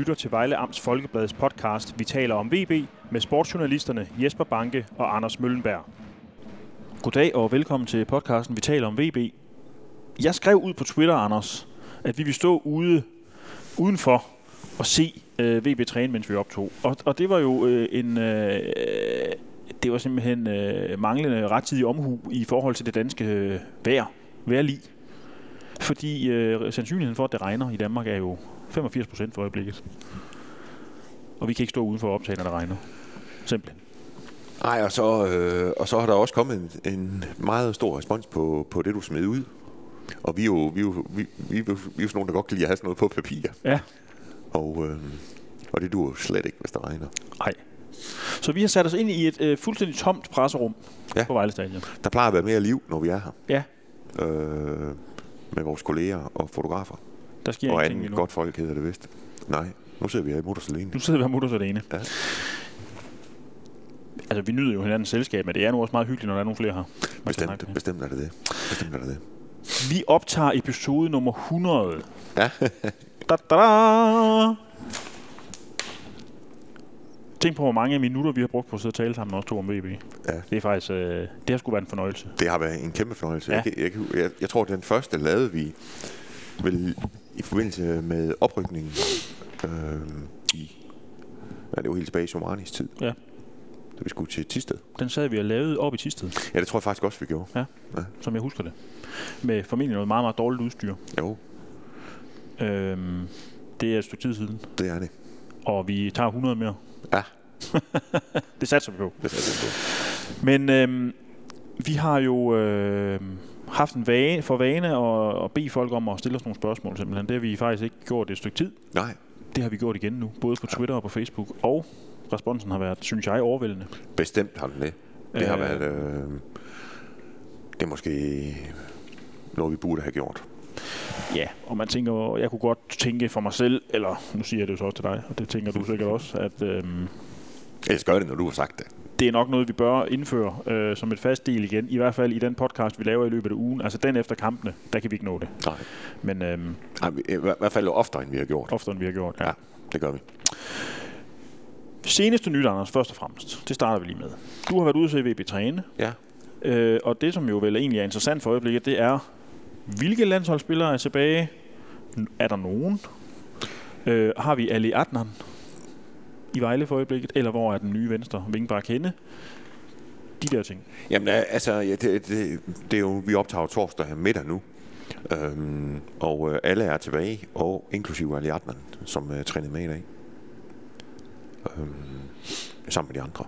lytter til Vejle Amts Folkebladets podcast Vi taler om VB med sportsjournalisterne Jesper Banke og Anders Møllenberg. Goddag og velkommen til podcasten Vi taler om VB. Jeg skrev ud på Twitter, Anders, at vi vil stå udenfor og se VB træne, mens vi optog. Og det var jo det var simpelthen manglende rettidig omhu i forhold til det danske vejrlig. Fordi sandsynligheden for, at det regner i Danmark, er jo 85% for øjeblikket. Og vi kan ikke stå udenfor og optage, når det regner. Simpelthen. Nej, og så har der også kommet en meget stor respons på det, du smed ud. Og vi er jo sådan nogle, der godt kan lide at have sådan noget på papir. Ja. Og det duer jo slet ikke, hvis der regner. Nej. Så vi har sat os ind i et fuldstændig tomt presserum på Vejle Stadion. Der plejer at være mere liv, når vi er her. Ja. Med vores kolleger og fotografer. Der sker og ingenting andet godt folk, hedder det vist. Nej, nu sidder vi her i mutters alene. Nu sidder vi her i mutters alene. Ja. Altså, vi nyder jo hinandens selskab, men det er nu også meget hyggeligt, når der er nogle flere her. Bestemt er det det. Vi optager episode nummer 100. Ja. Da-da-da! Tænk på, hvor mange minutter vi har brugt på at sidde og tale sammen, også to om VB. Ja. Det er faktisk, det har sgu været en fornøjelse. Det har været en kæmpe fornøjelse. Ja. Jeg tror, den første lavede vi vel i forbindelse med oprykningen det var helt tilbage i Somanis tid. Ja. Da vi skulle til Thisted. Den sad vi og lavede op i Thisted. Ja, det tror jeg faktisk også, vi gjorde. Ja. Som jeg husker det. Med formentlig noget meget, meget dårligt udstyr. Jo. Det er et stykke tid siden. Det er det. Og vi tager 100 mere. Ja. Det satser vi på. Men vi har jo haft en vane at bede folk om at stille os nogle spørgsmål simpelthen. Det har vi faktisk ikke gjort et stykke tid. Nej. Det har vi gjort igen nu, både på Twitter og på Facebook. Og responsen har været, synes jeg, overvældende. Bestemt har den det. Det har været... det er måske noget, vi burde have gjort. Ja, og man tænker, jeg kunne godt tænke for mig selv, eller nu siger jeg det jo så også til dig, og det tænker du sikkert også, at... Jeg skal gøre det, når du har sagt det. Det er nok noget, vi bør indføre som et fast del igen. I hvert fald i den podcast, vi laver i løbet af ugen. Altså den efter kampene, der kan vi ikke nå det. Nej. Men, i hvert fald oftere, end vi har gjort. Oftere, end vi har gjort, ja. Ja, det gør vi. Seneste nyt, Anders, først og fremmest. Det starter vi lige med. Du har været ude at se VB træne. Ja. Og det, som jo vel egentlig er interessant for øjeblikket, det er, hvilke landsholdsspillere er tilbage? Er der nogen? Har vi Ali Adnan i Vejle for øjeblikket? Eller hvor er den nye venstre vingbak henne? De der ting. Jamen altså, det er jo, vi optager torsdag middag nu. Og alle er tilbage, og inklusive Ali Adnan, som trænede med i dag. Sammen med de andre.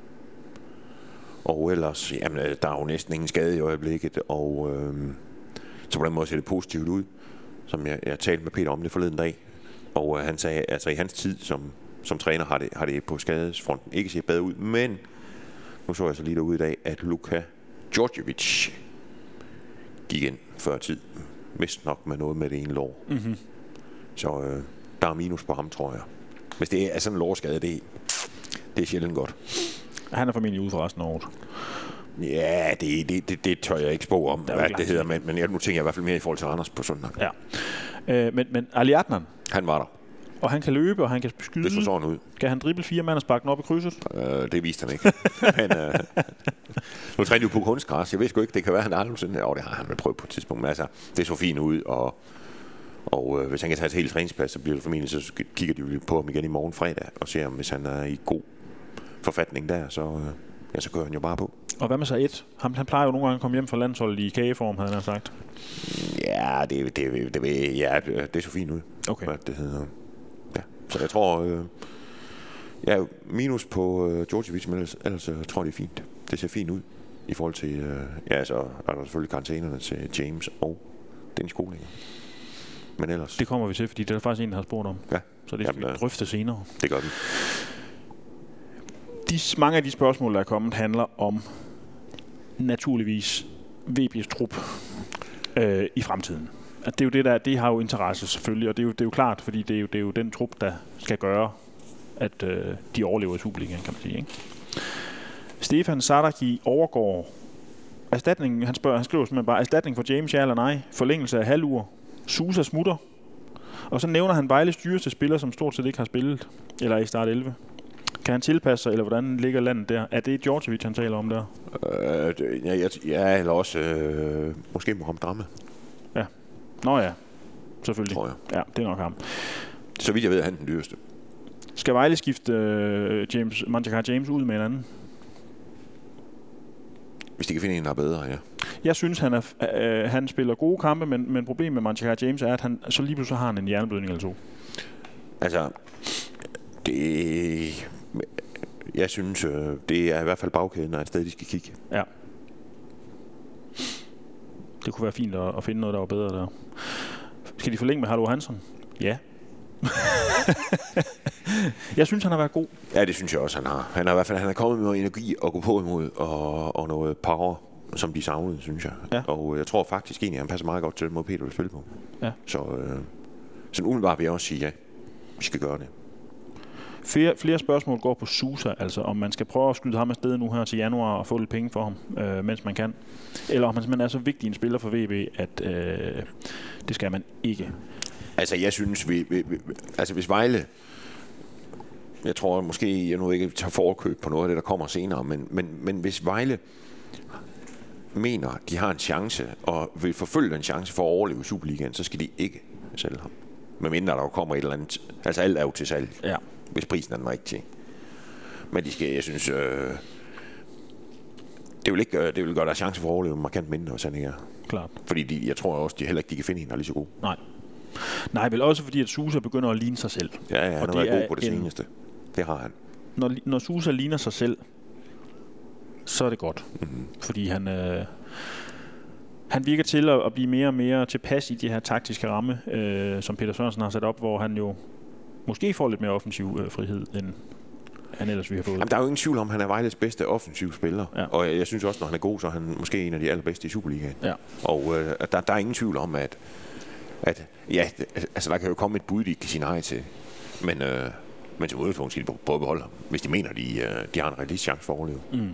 Og ellers, jamen, der er jo næsten ingen skade i øjeblikket, og så på den måde ser det positivt ud, som jeg talte med Peter om det forleden dag. Og han sagde, altså i hans tid som træner har det på skadesfronten ikke set bedre ud, men nu så jeg så lige derude i dag, at Luka Djordjevic gik ind før tid, vist nok med noget med det ene lår. Mm-hmm. Så der er minus på ham, tror jeg. Hvis det er sådan en lårskade, det er sjældent godt. Han er formentlig ude for resten af året. Ja, det tør jeg ikke spå om, hvad det hedder, men nu tænker jeg i hvert fald mere i forhold til Randers på søndag. Ja. Men Ali Adnan, han var der. Og han kan løbe, og han kan skyde. Det så sådan ud. Kan han drible 4 mand og sparke den op i krydset? Det viste han ikke. Men nu træner jo på kunstgræs. Jeg ved sgu ikke, det kan være, han aldrig sådan. Det har han vel prøvet på et tidspunkt. Men altså, det så fint ud, og hvis han kan tage et helt træningsplads, så bliver det formentlig, så kigger de jo på ham igen i morgen fredag, og ser, om hvis han er i god forfatning der, så kører han jo bare på. Og hvad med så et? Han plejer jo nogle gange at komme hjem fra landsholdet i kageform, havde han sagt. Ja, det så fint ud. Okay. Hvad det hedder. Ja, så jeg tror, minus på Djordjevic, men ellers tror jeg, det er fint. Det ser fint ud i forhold til, så er der selvfølgelig karantænerne til James og Dennis Koling. Men ellers... Det kommer vi til, fordi det er faktisk en, der har spurgt om. Ja. Så det skal vi drøfte senere. Det gør vi. Mange af de spørgsmål, der er kommet, handler om naturligvis VB's trup i fremtiden. At det er jo det der, det har jo interesse selvfølgelig, og det er jo klart, fordi det er jo den trup, der skal gøre, at de overlever i Superligaen, kan man sige, ikke? Stefan Sadaki overgår erstatningen. Han skriver simpelthen bare erstatning for James, ja eller nej, forlængelse af halvur, Sousa smutter, Og så nævner han Vejles dyreste spiller, som stort set ikke har spillet, eller er i start 11. Kan han tilpasse sig, eller hvordan ligger landet der? Er det Djordjevic, han taler om der? Ja, eller også måske Mohamed Drame. Ja. Nå ja, selvfølgelig. Tror jeg. Ja, det er nok ham. Så vidt jeg ved, er han den dyreste. Skal Vejle skifte Manjakar James ud med en anden? Hvis de kan finde en, der er bedre, ja. Jeg synes, han spiller gode kampe, men problemet med Manjakar James er, at han så lige pludselig har han en hjerneblødning eller to. Altså, jeg synes, det er i hvert fald bagkæden, og et sted, de skal kigge. Ja. Det kunne være fint at finde noget, der var bedre der. Skal de forlænge med Hallo Hansson? Ja. Jeg synes, han har været god. Ja, det synes jeg også, han har. Han er kommet med noget energi at gå på imod, og noget power, som de savnede, synes jeg. Ja. Og jeg tror faktisk egentlig, han passer meget godt til den måde, Peter vil spille på. Ja. Så umiddelbart vil jeg også sige, ja, vi skal gøre det. Flere spørgsmål går på Sousa, altså om man skal prøve at skyde ham afsted nu her til januar og få lidt penge for ham, mens man kan. Eller om han simpelthen er så vigtig en spiller for VB, at det skal man ikke. Altså, jeg synes, hvis Vejle... Jeg tror måske, jeg nu ikke tager forkøb på noget af det, der kommer senere, men hvis Vejle mener, de har en chance, og vil forfølge den chance for at overleve i Superligaen, så skal de ikke sælge ham. Medmindre der kommer et eller andet... Altså, alt er jo til salg, ja, hvis prisen er den rigtige. Men de skal, jeg synes... det vil gøre deres chance for at overleve markant mindre, sådan her. Klart. Fordi jeg tror også, de heller ikke kan finde en, der er lige så god. Nej, vel også fordi, at Sousa begynder at ligne sig selv. Ja, han har været god på det seneste. Det har han. Når Sousa ligner sig selv, så er det godt. Mm-hmm. Fordi han virker til at blive mere og mere tilpas i de her taktiske ramme, som Peter Sørensen har sat op, hvor han jo måske får lidt mere offensiv frihed, end han ellers ville have fået. Jamen, der er jo ingen tvivl om, at han er Vejles bedste offensiv spiller. Ja. Og jeg synes også, når han er god, så er han måske en af de allerbedste i Superligaen. Ja. Og der er ingen tvivl om, at ja, altså der kan jo komme et bud, de kan sige nej til. Men til udgangspunkt skal de både beholde ham, hvis de mener, de har en realistisk chance for at overleve. Mm.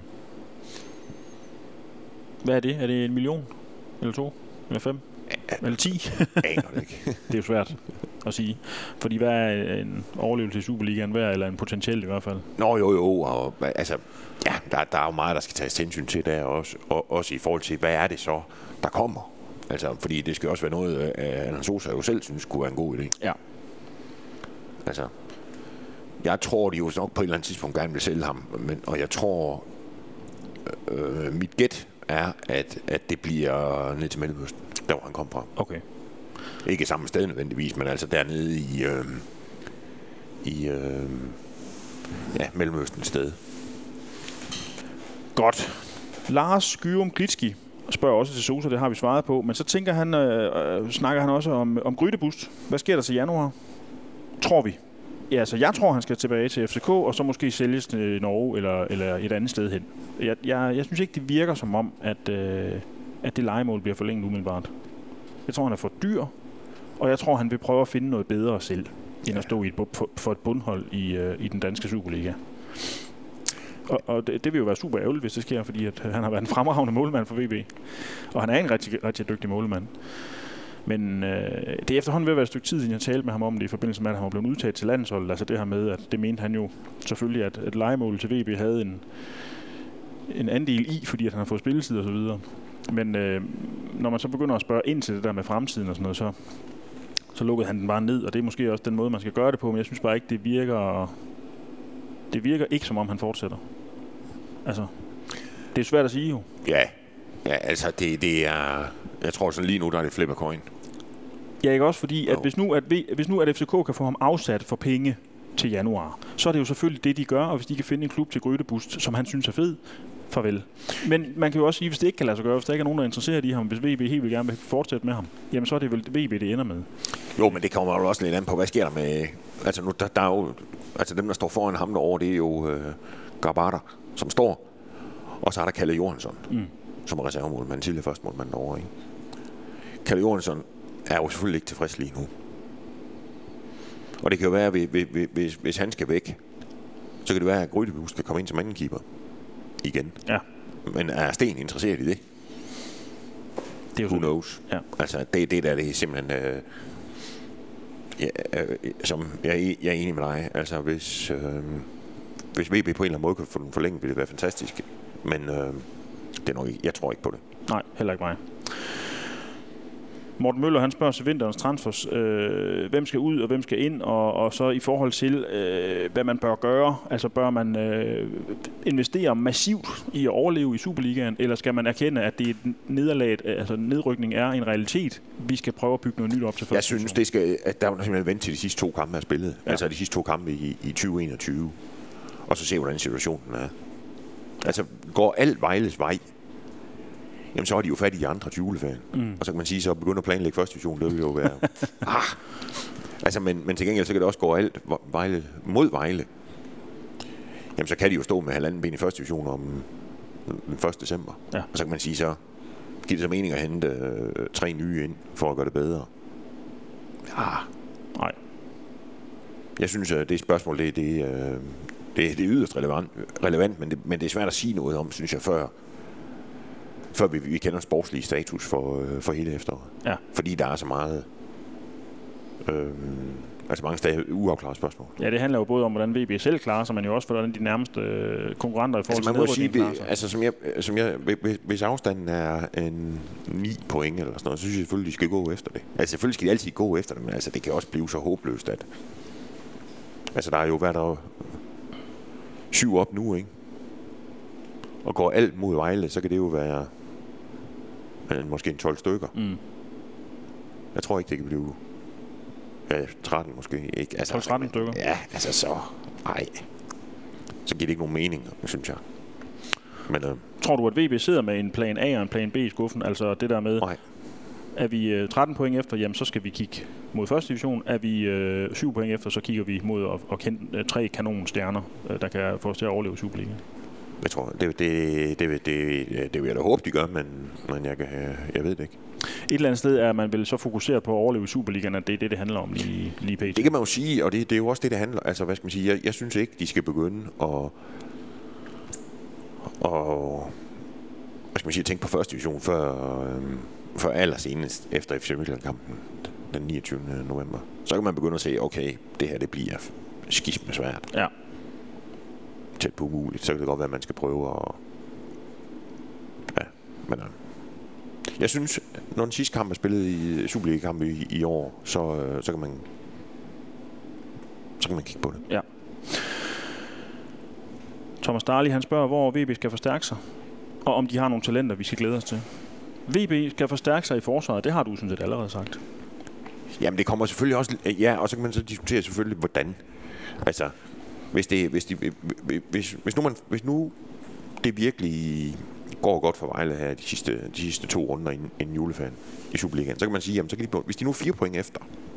Hvad er det? Er det 1 million? Eller 2? Eller 5? Eller 10? Aner det ikke. Det er jo svært at sige. Fordi hvad er en overlevelse i Superligaen værd, eller en potentiel i hvert fald? Nå jo, og altså, ja, der er jo meget, der skal tages hensyn til der også. Og også i forhold til, hvad er det så, der kommer? Altså, fordi det skal også være noget, Allan Sousa jo selv synes kunne være en god idé. Ja. Altså, jeg tror, de jo nok på et eller andet tidspunkt gerne vil sælge ham. Og jeg tror, mit gæt er, at det bliver ned til Mellemøsten, der hvor han kom fra. Okay. Ikke samme sted nødvendigvis, men altså dernede i Mellemøsten sted. Godt. Lars Gyrum Glitski spørger også til Sousa, det har vi svaret på, men så tænker han, snakker han også om Grydebust. Hvad sker der til januar? Tror vi. Ja, altså jeg tror, han skal tilbage til FCK, og så måske sælges til Norge eller et andet sted hen. Jeg synes ikke, det virker som om, at det lejemål bliver forlænget umiddelbart. Jeg tror, han er for dyr, og jeg tror, han vil prøve at finde noget bedre selv, end at stå for et bundhold i den danske Superliga. Og det vil jo være super ærgerligt, hvis det sker, fordi at han har været en fremragende målmand for VB. Og han er en rigtig, rigtig dygtig målmand. Men det er efterhånden ved at være et stykke tid, siden jeg talte med ham om det i forbindelse med, at han var blevet udtaget til landsholdet. Altså det her med, at det mente han jo selvfølgelig, at lejemålet til VB havde en andel i, fordi at han har fået spilletid og så videre. Men når man så begynder at spørge ind til det der med fremtiden og sådan noget, så lukkede han den bare ned, og det er måske også den måde, man skal gøre det på, men jeg synes bare ikke, det virker ikke, som om han fortsætter. Altså, det er svært at sige jo. Ja, altså det er... Jeg tror sådan lige nu, der er det flip a coin. Ja, ikke også, fordi at hvis nu at FCK kan få ham afsat for penge til januar, så er det jo selvfølgelig det, de gør, og hvis de kan finde en klub til Grydebust, som han synes er fed, farvel. Men man kan jo også sige, hvis det ikke kan lade sig gøre, hvis der ikke er nogen, der er interesseret i ham, hvis VB helt vil gerne vil fortsætte med ham, jamen så er det vel VB, det ender med. Jo, men det kommer jo også lidt an på, hvad sker der med... Altså nu, der er jo... Altså dem, der står foran ham derovre, det er jo Garbata, som står, og så er der Kalle Johansson, som er reservemålmand, tidligere førstemålmand derovre, ikke? Kalle Johansson er jo selvfølgelig ikke tilfreds lige nu. Og det kan jo være, hvis han skal væk, så kan det være, at Grydebust skal komme ind som anden keeper igen. Ja. Men er Sten interesseret i det? Det er jo Who knows? Ja. Altså, det er simpelthen... Jeg er enig med dig. Altså, hvis VB på en eller anden måde kan få den forlænget, ville det være fantastisk. Men det er nok ikke, jeg tror ikke på det. Nej, heller ikke mig. Morten Møller, han spørger til vinterens transfers. Hvem skal ud, og hvem skal ind? Og så i forhold til, hvad man bør gøre. Altså, bør man investere massivt i at overleve i Superligaen, eller skal man erkende, at det er et nederlag, altså nedrykning er en realitet? Vi skal prøve at bygge noget nyt op til første. Jeg synes, at der er simpelthen vente til de sidste 2 kampe, er spillet. Ja. Altså de sidste 2 kampe i 2021. Og så se, hvordan situationen er. Altså, går alt Vejles vej, jamen så har de jo fat i andre til juleferien. Og så kan man sige, så begynder at planlægge første division, det vil jo være... Altså, men til gengæld, så kan det også gå alt Vejle mod Vejle. Jamen, så kan de jo stå med 1,5 ben i første division om den 1. december. Ja. Og så kan man sige, så giver det så mening at hente 3 nye ind, for at gøre det bedre. Nej. Jeg synes, at det spørgsmål, det er yderst relevant, men det er svært at sige noget om, synes jeg, før vi kender sportslige status for hele efteråret. Ja. Fordi der er så meget... altså mange steder uafklarede spørgsmål. Ja, det handler jo både om, hvordan VB selv klarer sig, men jo også for, hvordan de nærmeste konkurrenter i forhold til nedrykningen klarer sig. Altså, hvis afstanden er en 9 point eller sådan noget, så synes jeg selvfølgelig, de skal gå efter det. Altså, selvfølgelig skal de altid gå efter det, men altså, det kan også blive så håbløst, at... Altså, der er jo været der 7 op nu, ikke? Og går alt mod Vejle, så kan det jo være måske en 12 stykker. Jeg tror ikke, det kan blive 13 måske. Ikke? Altså, 12-13 stykker? Ja, altså så... Nej. Så giver det ikke nogen mening, synes jeg. Men, tror du, at VB sidder med en plan A og en plan B i skuffen? Altså det der med... Nej. Er vi 13 point efter, jamen så skal vi kigge mod første division. Er vi 7 point efter, så kigger vi mod at kende 3 kanonstjerner, der kan få os til at overleve Superligaen. Jeg tror, det vil jeg da håbe, de gør, men jeg ved det ikke. Et eller andet sted er man vel så fokuseret på at overleve Superligaen, at det handler om lige pt. Det kan man jo sige, og det er jo også det handler. Altså, hvad skal man sige? Jeg synes ikke, de skal begynde at tænke på første division før allersenest efter FC Midtjylland-kampen den 29. november. Så kan man begynde at se, okay, det her det bliver skismesvært. Ja. Tæt på umuligt. Så kan det godt være, at man skal prøve at... Ja, men... Jeg synes, når den sidste kamp er spillet i Superliga-kamp i år, så kan man kigge på det. Ja. Thomas Darli, han spørger, hvor VB skal forstærke sig, og om de har nogle talenter, vi skal glæde os til. VB skal forstærke sig i forsvaret, det har du sådan set allerede sagt. Jamen, det kommer selvfølgelig også... Ja, og så kan man så diskutere selvfølgelig, hvordan. Altså, hvis nu det virkelig går godt for Vejle her de sidste 2 runder inden juleferien i Superligaen, så kan man sige, jamen, så kan hvis de nu er 4 point efter,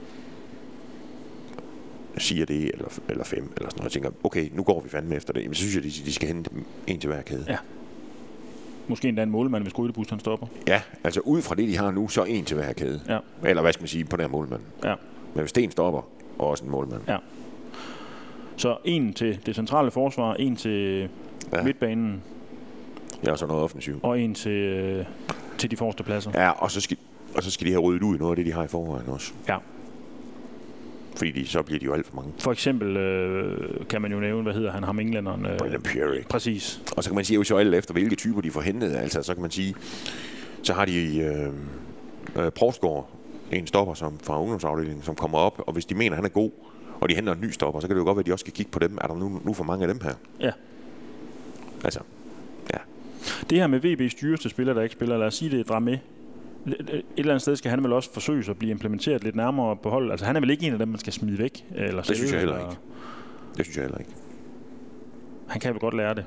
siger det, eller 5, eller sådan noget, og tænker, okay, nu går vi fandme efter det, jamen, så synes jeg, de skal hente en til hver kæde. Ja. Måske endda en målmand, hvis Grydebusk han stopper. Ja, altså ud fra det, de har nu, så en til hver kæde. Ja. Eller hvad skal man sige, på den her målmand. Ja. Men hvis Sten stopper, og også en målmand. Ja. Så en til det centrale forsvar, en til midtbanen. Ja, og så noget offensivt. Og en til de forreste pladser. Ja, og så skal de have ryddet ud i noget af det, de har i forvejen også. Ja. Fordi så bliver de jo alt for mange. For eksempel kan man jo nævne, hvad hedder han, ham englænderen? Brendan Pierre. Præcis. Og så kan man sige jo alt efter, hvilke typer de får hentet. Altså, så kan man sige, så har de Provsgaard, en stopper som fra ungdomsafdelingen, som kommer op, og hvis de mener, han er god, og de henter en ny stopper, så kan det jo godt være, at de også skal kigge på dem. Er der nu for mange af dem her? Ja. Altså, ja. Det her med VB's dyreste spiller, der ikke spiller, lad os sige, det er Dramé. Et eller andet sted skal han vel også forsøge at blive implementeret lidt nærmere på holdet. Altså han er vel ikke en af dem, man skal smide væk? Eller det synes jeg heller ikke. Det synes jeg heller ikke. Han kan vel godt lære det.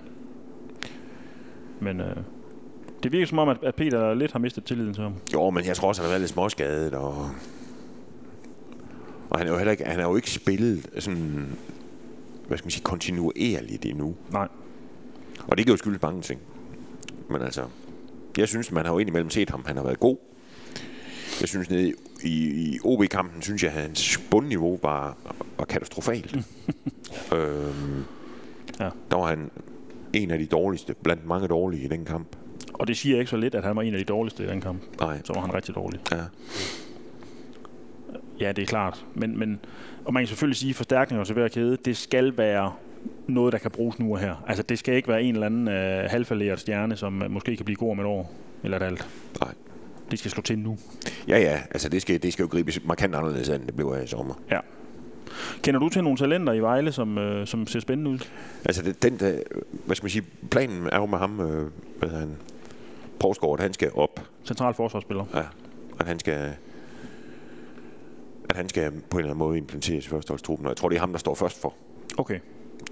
Men det virker som om, at Peter lidt har mistet tilliden til ham. Jo, men jeg tror også, han har været lidt småskadet. Og han er jo heller ikke, han er jo ikke spillet sådan, hvad skal man sige, kontinuerligt endnu. Nej. Og det kan jo skyldes mange ting. Men altså, jeg synes, man har jo indimellem set ham. Han har været god. Jeg synes, nede i OB-kampen, synes jeg, at hans bundniveau var katastrofalt. Ja. Der var han en af de dårligste, blandt mange dårlige i den kamp. Og det siger ikke så lidt, at han var en af de dårligste i den kamp. Nej. Så var han rigtig dårlig. Ja. Ja, det er klart. Men, og man kan selvfølgelig sige, at forstærkninger til hver kæde, det skal være noget, der kan bruges nu og her. Altså, det skal ikke være en eller anden halvfalderet stjerne, som måske kan blive god om et år eller et halvt. Nej. Det skal slå til nu. Ja, altså det skal jo gribes markant anderledes, end det blev i sommer. Ja. Kender du til nogle talenter i Vejle, som ser spændende ud? Altså, hvad skal man sige, planen er jo med ham, Provsgaard, at han skal op. Central forsvarsspiller. Ja, at han skal på en eller anden måde implementeres i førsteholdstruppen, og jeg tror, det er ham, der står først for. Okay.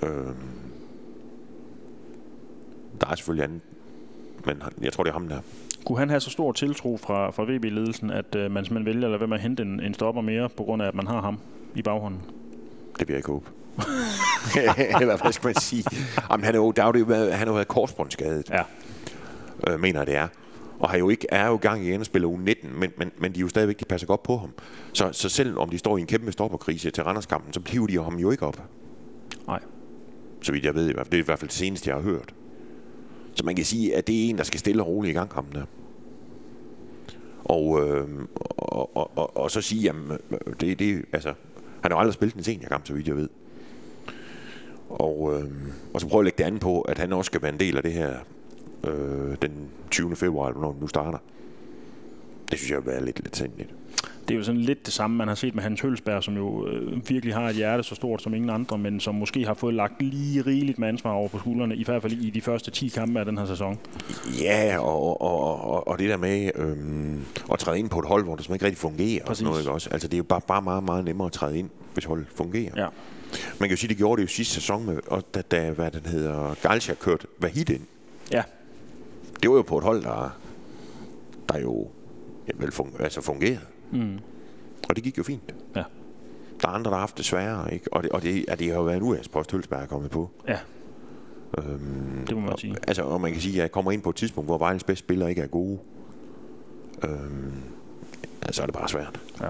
Der er selvfølgelig andet, men jeg tror, det er ham, der. Kunne han have så stor tiltro fra VB-ledelsen, at man simpelthen vælger at lade være med at hente en stopper mere, på grund af, at man har ham i baghånden? Det vil jeg ikke håbe. Eller hvad skal man sige? Jamen, han har jo været korsbåndsskadet. Ja. Mener jeg, det er. Og er jo gang igen at spille U19, men de er jo stadigvæk, de passer godt på ham. Så selv om de står i en kæmpe stopperkrise til Randerskampen, så hiver de ham jo ikke op. Nej. Så vidt jeg ved, det er i hvert fald det seneste, jeg har hørt. Så man kan sige, at det er en, der skal stille og roligt i gang ham der. Og så sige, jamen, altså, han har jo aldrig spillet en seniorkamp, så vidt jeg ved. Og så prøve at lægge det andet på, at han også skal være en del af det her den 20. februar, når den nu starter. Det synes jeg vil være lidt sindigt. Det er jo sådan lidt det samme, man har set med Hans Hølsberg, som jo virkelig har et hjerte så stort som ingen andre, men som måske har fået lagt lige rigeligt med ansvar over på skuldrene, i hvert fald i de første 10 kampe af den her sæson. Ja, og det der med at træde ind på et hold, hvor det ikke rigtig fungerer. Og noget, ikke også? Altså, det er jo bare meget, meget nemmere at træde ind, hvis holdet fungerer. Ja. Man kan jo sige, det gjorde det jo sidste sæson, med, og da hvad den hedder, Galcia kørte Vahid ind. Ja. Det var jo på et hold, der jo fungerede. Mm. Og det gik jo fint. Ja. Der er andre, der har haft det sværere, ikke? Og det har jo været en US-post, Hølsberg er kommet på. Ja. Det må man sige. Altså, og man kan sige, at jeg kommer ind på et tidspunkt, hvor Vejles bedste spillere ikke er gode. Så er det bare svært. Ja.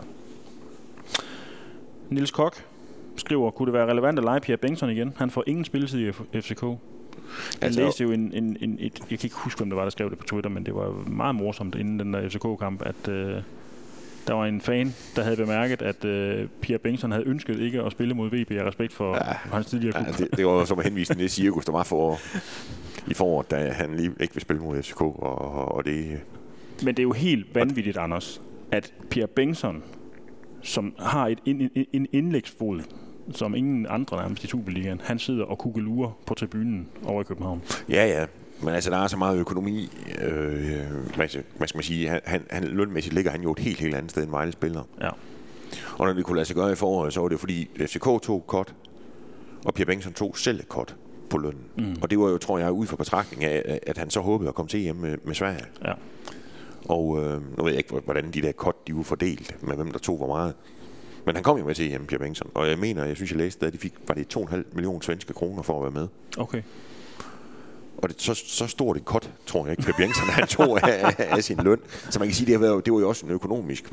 Niels Kok skriver, kunne det være relevant at lege Pierre Bengtsson igen? Han får ingen spilletid i FCK. Jeg læste jo jeg kan ikke huske, om det var, der skrev det på Twitter, men det var meget morsomt inden den der FCK-kamp, at der var en fan, der havde bemærket, at Pierre Bengtsson havde ønsket ikke at spille mod VB af respekt for hans tidligere klub. Det var som henvisning det cirkus, der var i foråret, da han lige ikke vil spille mod FCK. Og det. Men det er jo helt vanvittigt, Anders, at Pierre Bengtsson, som har en indlægsfod, som ingen andre nærmest i Superligaen, han sidder og kuggelurer på tribunen over i København. Ja. Men altså, der er så meget økonomi. Hvad skal man sige? Han lønmæssigt ligger han jo et helt andet sted end Vejle spiller. Ja. Og når det kunne lade sig gøre i foråret, så var det fordi FCK tog kort, og Pierre Bengtsson tog selv et kort på lønnen. Mm. Og det var jo, tror jeg, ud fra betragtning af, at han så håbede at komme til hjemme med Sverige. Ja. Og nu ved jeg ikke, hvordan de der kort, de var fordelt, med hvem der tog hvor meget. Men han kom jo med til hjemme, Pierre Bengtsson. Og jeg synes, jeg læste, at de fik, var det 2,5 millioner svenske kroner for at være med. Okay. Og det, så stort et cut, tror jeg ikke, Pierre Bengtsson han tog af sin løn. Så man kan sige, det var jo også en økonomisk,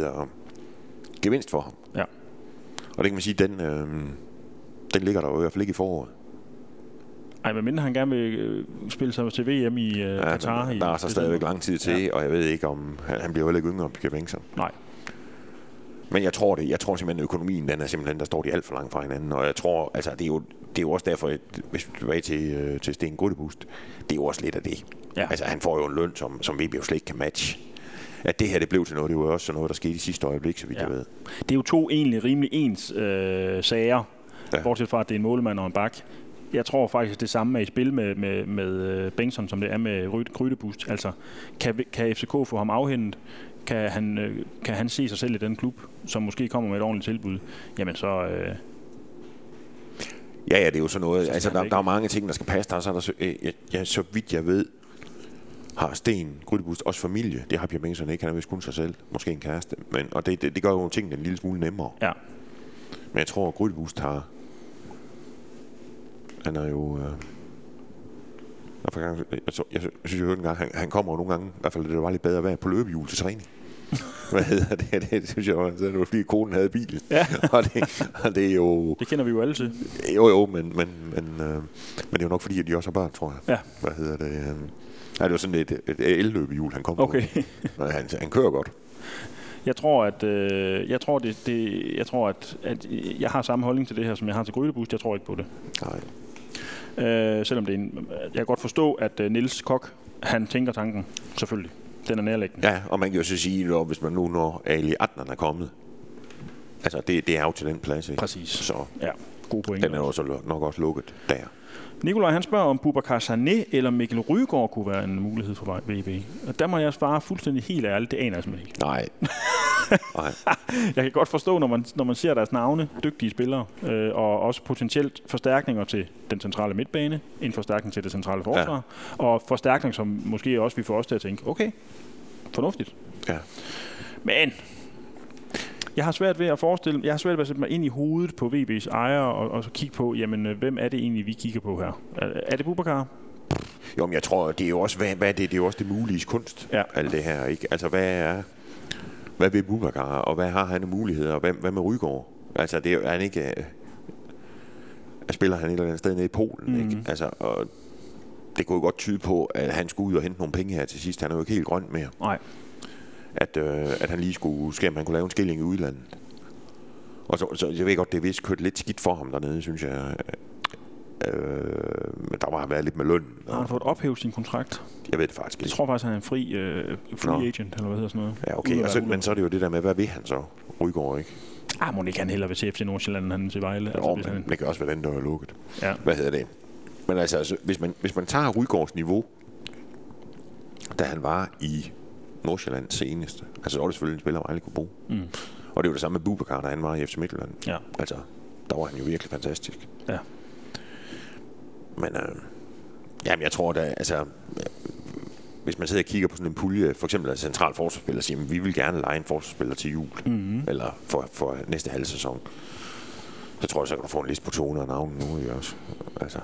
gevinst for ham. Ja. Og det kan man sige, den ligger der jo i hvert fald ikke i foråret. Ej, men mindre han gerne vil spille sig til VM i Qatar. Der er så stadigvæk lang tid til, og jeg ved ikke, om han bliver jo ikke yngre, Pierre Bengtsson. Nej. Men jeg tror simpelthen, økonomien, den er simpelthen, der står de alt for langt fra hinanden. Og jeg tror, altså, det er jo også derfor, hvis vi tilbage til Sten Grydebust, det er jo også lidt af det. Ja. Altså, han får jo en løn, som VB jo slet ikke kan matche. At det her, det blev til noget, det var jo også noget, der skete i sidste øjeblik, så vidt jeg ved. Det er jo to egentlig rimelig ens sager, bortset fra, at det er en målmand og en bak. Jeg tror faktisk, det samme er i spil med Bengtsson, som det er med Grydebust. Altså, kan FCK få ham afhentet? Kan han se sig selv i den klub, som måske kommer med et ordentligt tilbud? Jamen så... Ja, det er jo sådan noget. Altså, der er mange ting, der skal passe. Så vidt jeg ved, har Sten Grydebust også familie. Det har Pierre Bengtsson ikke. Han er vist kun sig selv. Måske en kæreste. Og det gør jo tingene en lille smule nemmere. Ja. Men jeg tror, at Grydebust har... Han er jo... Jeg synes, jeg hørte en gang, han kommer jo nogle gange, i hvert fald det var lidt bedre at være på løbehjul til træning. Hvad hedder det? Det synes jeg var, det var fordi konen havde bil. Ja. og det er jo... Det kender vi jo alle til. Jo, men det er jo nok fordi, at de også har børn, tror jeg. Ja. Hvad hedder det? Det var sådan et elløbehjul, han kom på. Han kører godt. Jeg tror, at jeg har samme holdning til det her, som jeg har til Grydebust. Jeg tror ikke på det. Nej. Selvom det er jeg kan godt forstå, at Niels Kok, han tænker tanken, selvfølgelig. Den er nærliggende. Ja, og man kan jo så sige, at hvis man nu når Ali Adnan er kommet, altså det er jo til den plads, ikke? Præcis. Så ja, god point. Den er også nok også lukket der. Nikolaj, han spørger, om Boubacar Sané eller Mikkel Rygaard kunne være en mulighed for VB. Og der må jeg svare fuldstændig helt ærligt, det aner jeg simpelthen ikke. Nej. Jeg kan godt forstå, når man ser deres navne, dygtige spillere, og også potentielt forstærkninger til den centrale midtbane, en forstærkning til det centrale forsvar, og forstærkning, som måske også vi får os til at tænke, okay, fornuftigt. Ja. Men jeg har svært ved at sætte mig ind i hovedet på VB's ejere og så kigge på, jamen, hvem er det egentlig, vi kigger på her? Er det Boubacar? Jo, men jeg tror, det er jo også, det er jo også det mulige kunst, alt det her, ikke? Altså, hvad vil Boubacar, og hvad har han af muligheder, og hvad med Rygaard? Altså, det er han ikke... spiller han et eller andet sted nede i Polen, ikke? Altså, og det kunne jo godt tyde på, at han skulle ud og hente nogle penge her til sidst. Han er jo ikke helt grøn mere. Nej. At han lige skulle ske, at man kunne lave en skilling i udlandet. Og så jeg ved godt, det er vist kørt lidt skidt for ham dernede, synes jeg. Men der har været lidt med løn. Har han fået ophævet sin kontrakt? Jeg ved det faktisk ikke. Jeg tror faktisk, han er en free agent, eller hvad hedder sådan noget. Ja, okay. Men så er det jo det der med, hvad vil han så? Rygaard, ikke? Må ikke han hellere vil til FC Nordsjælland, end han til Vejle? Jo, altså, men det kan også være den, der er lukket. Ja. Hvad hedder det? Men altså, hvis man tager Rygaards niveau, da han var i Nordsjælland seneste, altså så var det selvfølgelig en spiller, Vejle kunne bruge. Og det var det samme med Boubacar, da han var i FC Midtjylland. Ja. Altså, der var han jo virkelig fantastisk. Ja. Men jamen, jeg tror da, altså, hvis man sidder og kigger på sådan en pulje, for eksempel af central forsvarsspiller, og siger, vi vil gerne lege en forsvarsspiller til jul, eller for næste halv sæson, så tror jeg så, kan du få en liste på 200 navne nu, ikke også? Altså.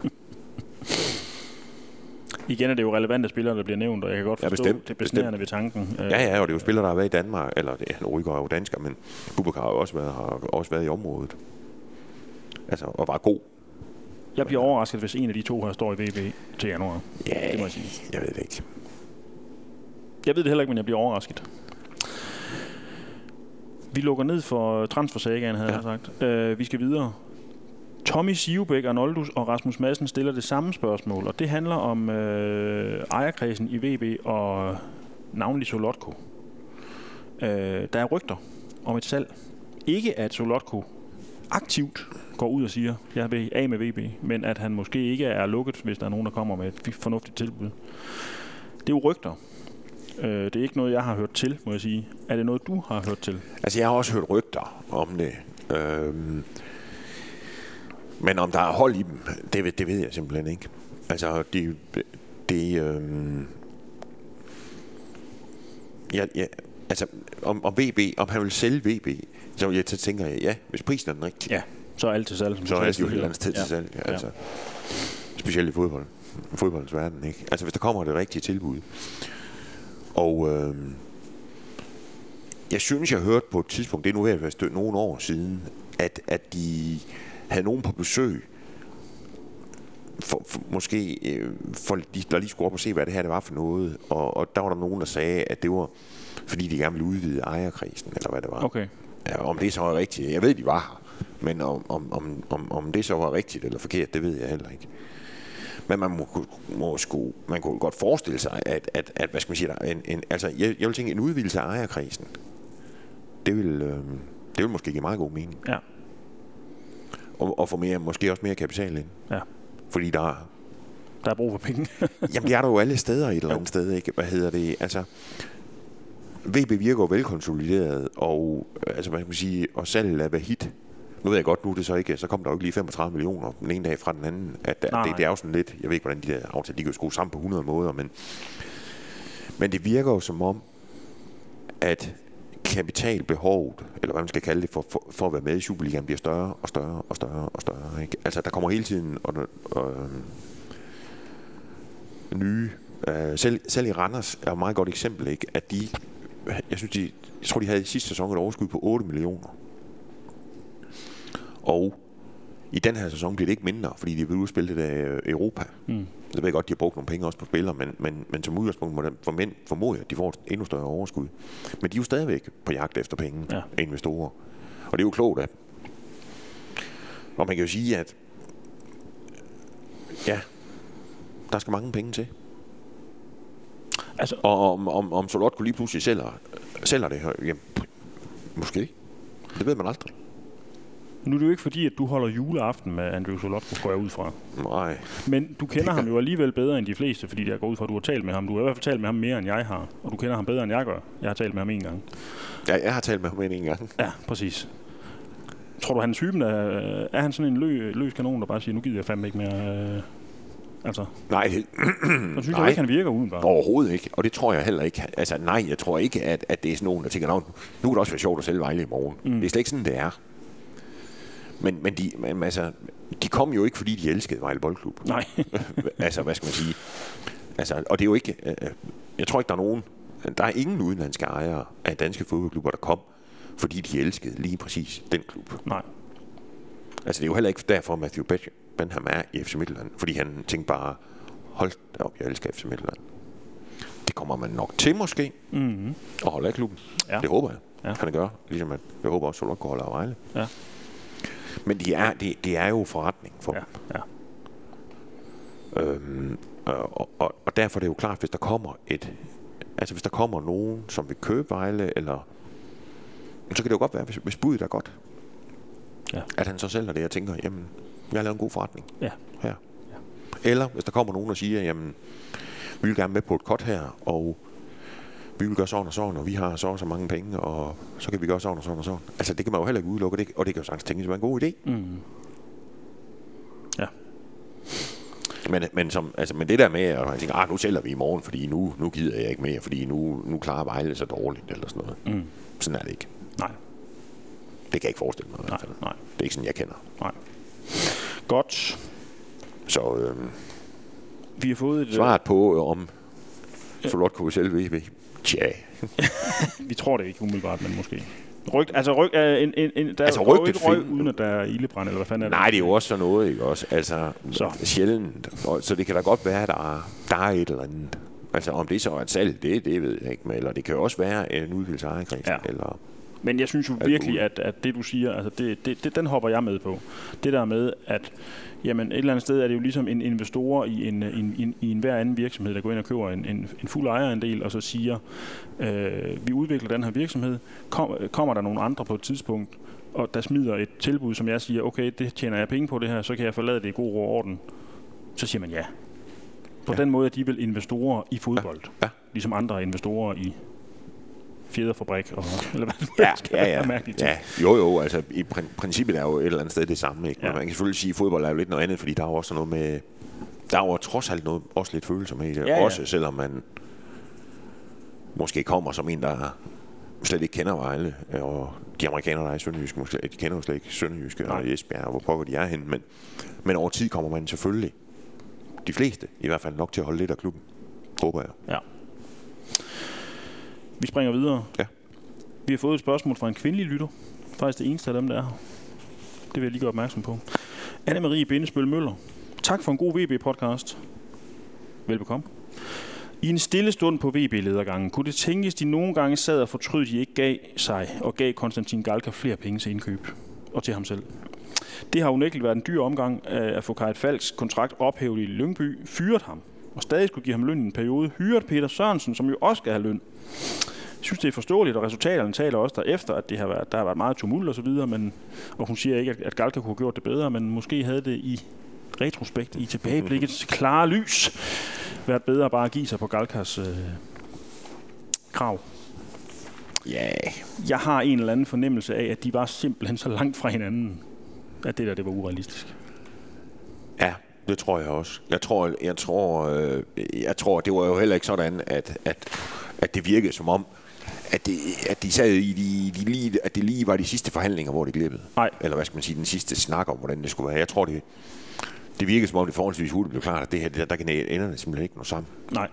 Igen er det jo relevante spillere, der bliver nævnt, og jeg kan godt forstå det besnærende ved tanken. Ja, og det er jo spillere, der har været i Danmark, eller det er Rygaard er jo dansker, men Boubacar har også været i området. Altså, og var god. Jeg bliver overrasket, hvis en af de to her står i VB til januar. Ja, det må jeg sige. Jeg ved det ikke. Jeg ved det heller ikke, men jeg bliver overrasket. Vi lukker ned for transfersagaen, havde jeg sagt. Vi skal videre. Tommy Sivebæk, Arnoldus og Rasmus Madsen stiller det samme spørgsmål, og det handler om ejerkredsen i VB og navnlig Solotko. Der er rygter om et salg. Ikke at Solotko aktivt går ud og siger, jeg vil af med VB, men at han måske ikke er lukket, hvis der er nogen, der kommer med et fornuftigt tilbud. Det er jo rygter. Det er ikke noget, jeg har hørt til, må jeg sige. Er det noget, du har hørt til? Altså, jeg har også hørt rygter om det. Men om der er hold i dem, det ved jeg simpelthen ikke. Altså, altså, om VB, om han vil sælge VB, så tænker jeg, ja, hvis prisen er den rigtige. Ja, så er alt til salg. Så er det jo helt andet sted til salg. Altså, specielt i fodboldens verden, ikke? Altså, hvis der kommer det rigtige tilbud. Og jeg synes, jeg hørte på et tidspunkt, det er nu ved at være nogle år siden, at de havde nogen på besøg, måske der lige skulle op og se, hvad det her det var for noget. Og der var der nogen, der sagde, at det var, fordi de gerne ville udvide ejerkredsen, eller hvad det var. Okay. Ja, om det så var rigtigt, jeg ved, de var her. Men om det så var rigtigt eller forkert, det ved jeg heller ikke. Men man kunne godt forestille sig, at hvad skal man sige, altså, jeg vil tænke, en udvidelse af ejerkredsen, det vil måske give meget god mening. Ja. Og få måske også mere kapital ind. Ja. Fordi der er brug for penge. Jamen, det er der jo alle steder et eller andet sted, ikke? Hvad hedder det? Altså, VB virker jo velkonsolideret, og altså, hvad skal man sige, og salget er hit. Nu ved jeg godt, nu er det så ikke, så kom der jo ikke lige 35 millioner den ene dag fra den anden. Det er jo sådan lidt, jeg ved ikke, hvordan de der aftaler, de kan jo skrue sammen på 100 måder, men det virker jo som om, at kapitalbehovet, eller hvad man skal kalde det, for at være med i Superligaen, bliver større og større og større og større. Ikke? Altså, der kommer hele tiden nye. Selv i Randers er et meget godt eksempel, ikke? At jeg tror, de havde i sidste sæson et overskud på 8 millioner. Og i den her sæson bliver det ikke mindre, fordi de vil udspille det der Europa. Jeg ved godt, de har brugt nogle penge også på spillere, men som udgangspunkt formoder jeg, at de får et endnu større overskud. Men de er jo stadigvæk på jagt efter penge, investorer. Og det er jo klogt af dem. Og man kan jo sige, at ja, der skal mange penge til. Altså, og om Solotko lige pludselig sælger det her, jamen, måske. Det ved man aldrig. Nu er det jo ikke fordi, at du holder juleaften med Andrew Solotko, går jeg ud fra. Nej. Men du kender ham jo alligevel bedre end de fleste, fordi jeg går ud fra, at du har talt med ham. Du har i hvert fald talt med ham mere, end jeg har. Og du kender ham bedre, end jeg gør. Jeg har talt med ham en gang. Ja, jeg har talt med ham en gang. Ja, præcis. Tror du, han er typen? Er han sådan en løs kanon, der bare siger, nu gider jeg fandme ikke mere... Altså. Nej, så synes jeg ikke, han virker udenbart. Overhovedet ikke, og det tror jeg heller ikke. Altså nej, jeg tror ikke, at det er sådan nogen, der tænker, nu kan det også være sjovt at sælge Vejle i morgen. Det er slet ikke sådan, det er. Men de kom jo ikke, fordi de elskede Vejle Boldklub. Nej. Altså, hvad skal man sige? Altså, og det er jo ikke... jeg tror ikke, der er nogen... Der er ingen udenlandske ejere af danske fodboldklubber, der kom, fordi de elskede lige præcis den klub. Nej. Altså, det er jo heller ikke derfor, Matthew Benham er i FC Midtjylland, fordi han tænkte bare, hold da op, jeg elsker FC Midtjylland. Det kommer man nok til måske, og holde af klubben. Ja. Det håber jeg, han gør. Ligesom at jeg håber også, at Solotko holder af Vejle. Ja. Men det er jo forretning for dem. Ja. Og derfor er det jo klart, hvis der kommer nogen, som vil købe Vejle, eller så kan det jo godt være, hvis budet er godt, at han så sælger det og tænker, jamen, jeg har lavet en god forretning her. Eller hvis der kommer nogen og siger, jamen, vi vil gerne med på et cut her, og vi vil gøre sådan og sådan, og vi har så mange penge, og så kan vi gøre sådan og sådan og sådan. Altså, det kan man jo heller ikke udelukke, og det kan jo sagtens tænkes være en god idé. Ja. Men det der med, at man tænker, nu sælger vi i morgen, fordi nu gider jeg ikke mere, fordi nu klarer Vejle så dårligt, eller sådan noget. Sådan er det ikke. Nej. Det kan jeg ikke forestille mig i hvert fald. Nej. Det er ikke sådan, jeg kender. Nej. Godt. Så vi har fået et... Svaret på, om Solotko vil sælge VB. Tja. Vi tror det ikke umiddelbart, men måske. Der er jo ikke røg, uden at der er ildebrand, eller hvad fanden er det? Nej, det er jo også sådan noget, ikke også? Altså, sjældent. Så det kan da godt være, at der er et eller andet. Altså, om det så er et salg, det ved jeg ikke. Eller det kan jo også være en udvidelse af ejerkredsen, eller... Men jeg synes jo virkelig, at det du siger, altså den hopper jeg med på. Det der med, at jamen, et eller andet sted er det jo ligesom en investor i en hver anden virksomhed, der går ind og køber en fuld ejerandel, og så siger, vi udvikler den her virksomhed, kommer der nogle andre på et tidspunkt, og der smider et tilbud, som jeg siger, okay, det tjener jeg penge på det her, så kan jeg forlade det i god ro og orden. Så siger man ja. På den måde er de vel investorer i fodbold, ligesom andre investorer i fjederfabrik, eller hvad det er mærkeligt til. Ja, jo, altså i princippet er jo et eller andet sted det samme, ikke? Men man kan selvfølgelig sige, at fodbold er jo lidt noget andet, fordi der er jo også noget med, der er jo trods alt noget, også lidt følelser med i det, også selvom man måske kommer som en, der slet ikke kender Vejle, og de amerikanere, der er i Sønderjyske, de kender jo slet ikke Sønderjyske og Esbjerg, og hvor pokker de er henne, men over tid kommer man selvfølgelig, de fleste i hvert fald, nok til at holde lidt af klubben, håber jeg. Ja. Vi springer videre. Ja. Vi har fået et spørgsmål fra en kvindelig lytter. Faktisk det eneste af dem, der er her. Det vil jeg lige gøre opmærksom på. Anne-Marie Bindesbøl Møller. Tak for en god VB-podcast. Velbekomme. I en stille stund på VB-ledergangen kunne det tænkes, de nogle gange sad og fortrød, de ikke gav sig og gav Konstantin Galka flere penge til indkøb og til ham selv. Det har unægteligt været en dyr omgang at få Kajt Falks kontrakt ophævet i Lyngby, fyret ham og stadig skulle give ham løn i en periode, hyret Peter Sørensen, som jo også skal have løn. Jeg synes, det er forståeligt, og resultaterne taler også derefter, at der har været meget tumult og så videre, og hun siger ikke, at Galka kunne have gjort det bedre, men måske havde det i retrospekt, i tilbageblikkets klare lys, været bedre bare at give sig på Galkas krav. Ja. Jeg har en eller anden fornemmelse af, at de var simpelthen så langt fra hinanden, at det var urealistisk. Ja. Det tror jeg også. Jeg tror, det var jo heller ikke sådan, at det virkede som om, at de sad i at det lige var de sidste forhandlinger, hvor det glippede. Nej. Eller hvad skal man sige, den sidste snak om, hvordan det skulle være. Jeg tror, det virkede som om, det forholdsvis hurtigt blev klart, at det her, der kan enderne simpelthen ikke nå sammen. Nej.